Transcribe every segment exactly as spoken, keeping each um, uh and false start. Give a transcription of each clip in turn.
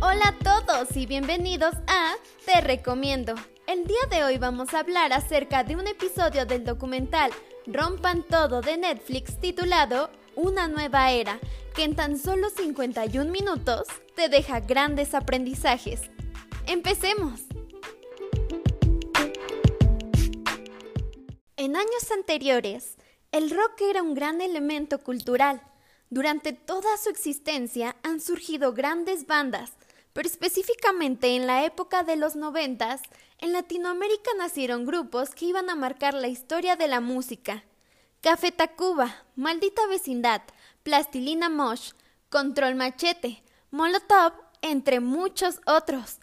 Hola a todos y bienvenidos a Te Recomiendo. El día de hoy vamos a hablar acerca de un episodio del documental Rompan Todo de Netflix titulado Una Nueva Era, que en tan solo cincuenta y un minutos te deja grandes aprendizajes. ¡Empecemos! En años anteriores, el rock era un gran elemento cultural. Durante toda su existencia han surgido grandes bandas, pero específicamente en la época de los noventas, en Latinoamérica nacieron grupos que iban a marcar la historia de la música. Café Tacuba, Maldita Vecindad, Plastilina Mosh, Control Machete, Molotov, entre muchos otros.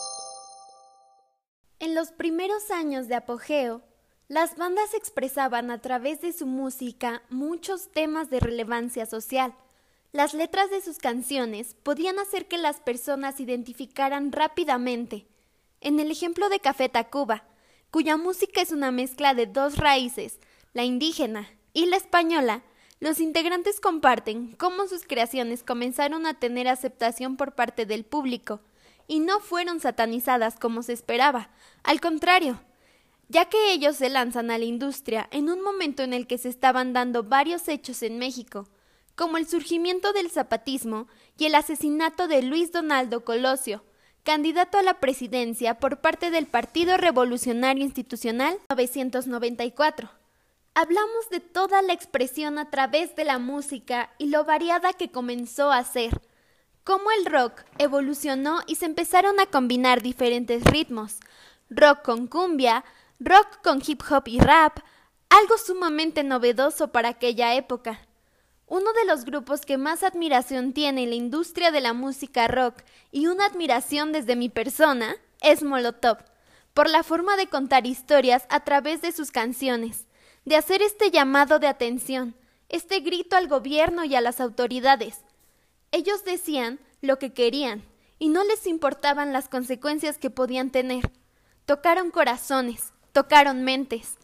En los primeros años de apogeo, las bandas expresaban a través de su música muchos temas de relevancia social. Las letras de sus canciones podían hacer que las personas se identificaran rápidamente. En el ejemplo de Café Tacuba, cuya música es una mezcla de dos raíces, la indígena y la española, los integrantes comparten cómo sus creaciones comenzaron a tener aceptación por parte del público y no fueron satanizadas como se esperaba. Al contrario, ya que ellos se lanzan a la industria en un momento en el que se estaban dando varios hechos en México, como el surgimiento del zapatismo y el asesinato de Luis Donaldo Colosio, candidato a la presidencia por parte del Partido Revolucionario Institucional mil novecientos noventa y cuatro. Hablamos de toda la expresión a través de la música y lo variada que comenzó a ser, cómo el rock evolucionó y se empezaron a combinar diferentes ritmos, rock con cumbia, rock con hip hop y rap, algo sumamente novedoso para aquella época. Uno de los grupos que más admiración tiene en la industria de la música rock y una admiración desde mi persona es Molotov, por la forma de contar historias a través de sus canciones, de hacer este llamado de atención, este grito al gobierno y a las autoridades. Ellos decían lo que querían y no les importaban las consecuencias que podían tener. Tocaron corazones, tocaron mentes.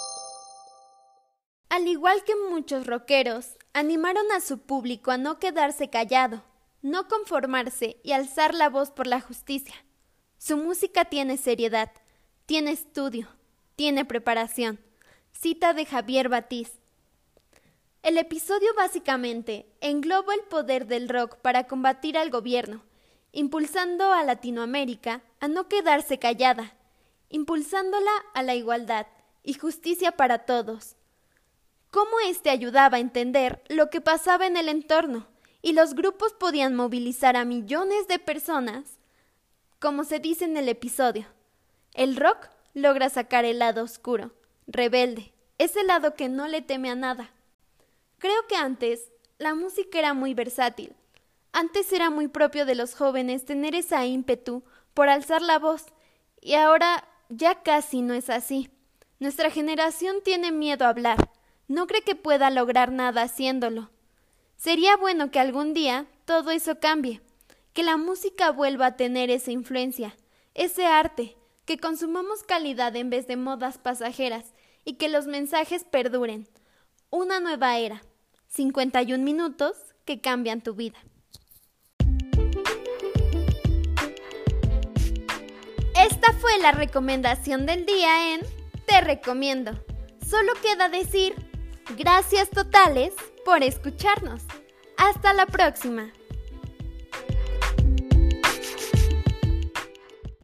Al igual que muchos rockeros, animaron a su público a no quedarse callado, no conformarse y alzar la voz por la justicia. Su música tiene seriedad, tiene estudio, tiene preparación. Cita de Javier Batiz. El episodio básicamente engloba el poder del rock para combatir al gobierno, impulsando a Latinoamérica a no quedarse callada, impulsándola a la igualdad y justicia para todos. Cómo éste ayudaba a entender lo que pasaba en el entorno y los grupos podían movilizar a millones de personas. Como se dice en el episodio, el rock logra sacar el lado oscuro, rebelde, ese lado que no le teme a nada. Creo que antes la música era muy versátil. Antes era muy propio de los jóvenes tener ese ímpetu por alzar la voz y ahora ya casi no es así. Nuestra generación tiene miedo a hablar. No cree que pueda lograr nada haciéndolo. Sería bueno que algún día todo eso cambie, que la música vuelva a tener esa influencia, ese arte, que consumamos calidad en vez de modas pasajeras y que los mensajes perduren. Una nueva era, cincuenta y un minutos que cambian tu vida. Esta fue la recomendación del día en Te Recomiendo. Solo queda decir gracias totales por escucharnos. Hasta la próxima.